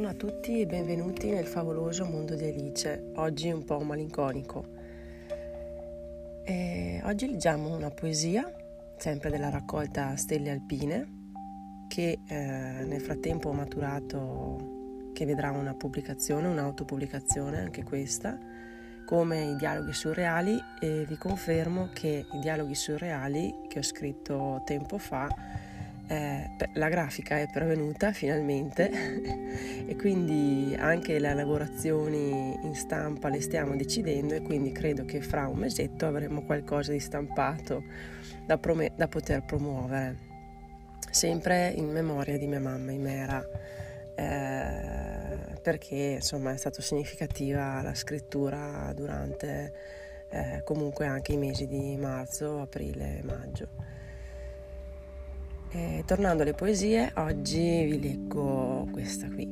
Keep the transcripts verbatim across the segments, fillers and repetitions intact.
Buongiorno a tutti e benvenuti nel favoloso mondo di Alice, oggi un po' malinconico. E oggi leggiamo una poesia, sempre della raccolta Stelle Alpine, che eh, nel frattempo ho maturato, che vedrà una pubblicazione, un'autopubblicazione, anche questa, come i dialoghi surreali, e vi confermo che i dialoghi surreali che ho scritto tempo fa, Eh, la grafica è pervenuta finalmente e quindi anche le lavorazioni in stampa le stiamo decidendo, e quindi credo che fra un mesetto avremo qualcosa di stampato da, prom- da poter promuovere, sempre in memoria di mia mamma Imera, eh, perché insomma è stata significativa la scrittura durante eh, comunque anche i mesi di marzo, aprile e maggio. E, tornando alle poesie, oggi vi leggo questa qui.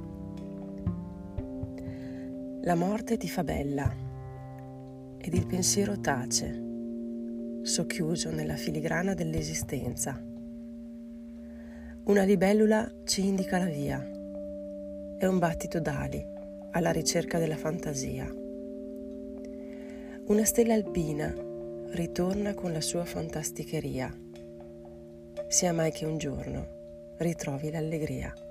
La morte ti fa bella ed il pensiero tace, socchiuso nella filigrana dell'esistenza. Una libellula ci indica la via e un battito d'ali alla ricerca della fantasia. Una stella alpina ritorna con la sua fantasticheria, sia mai che un giorno ritrovi l'allegria.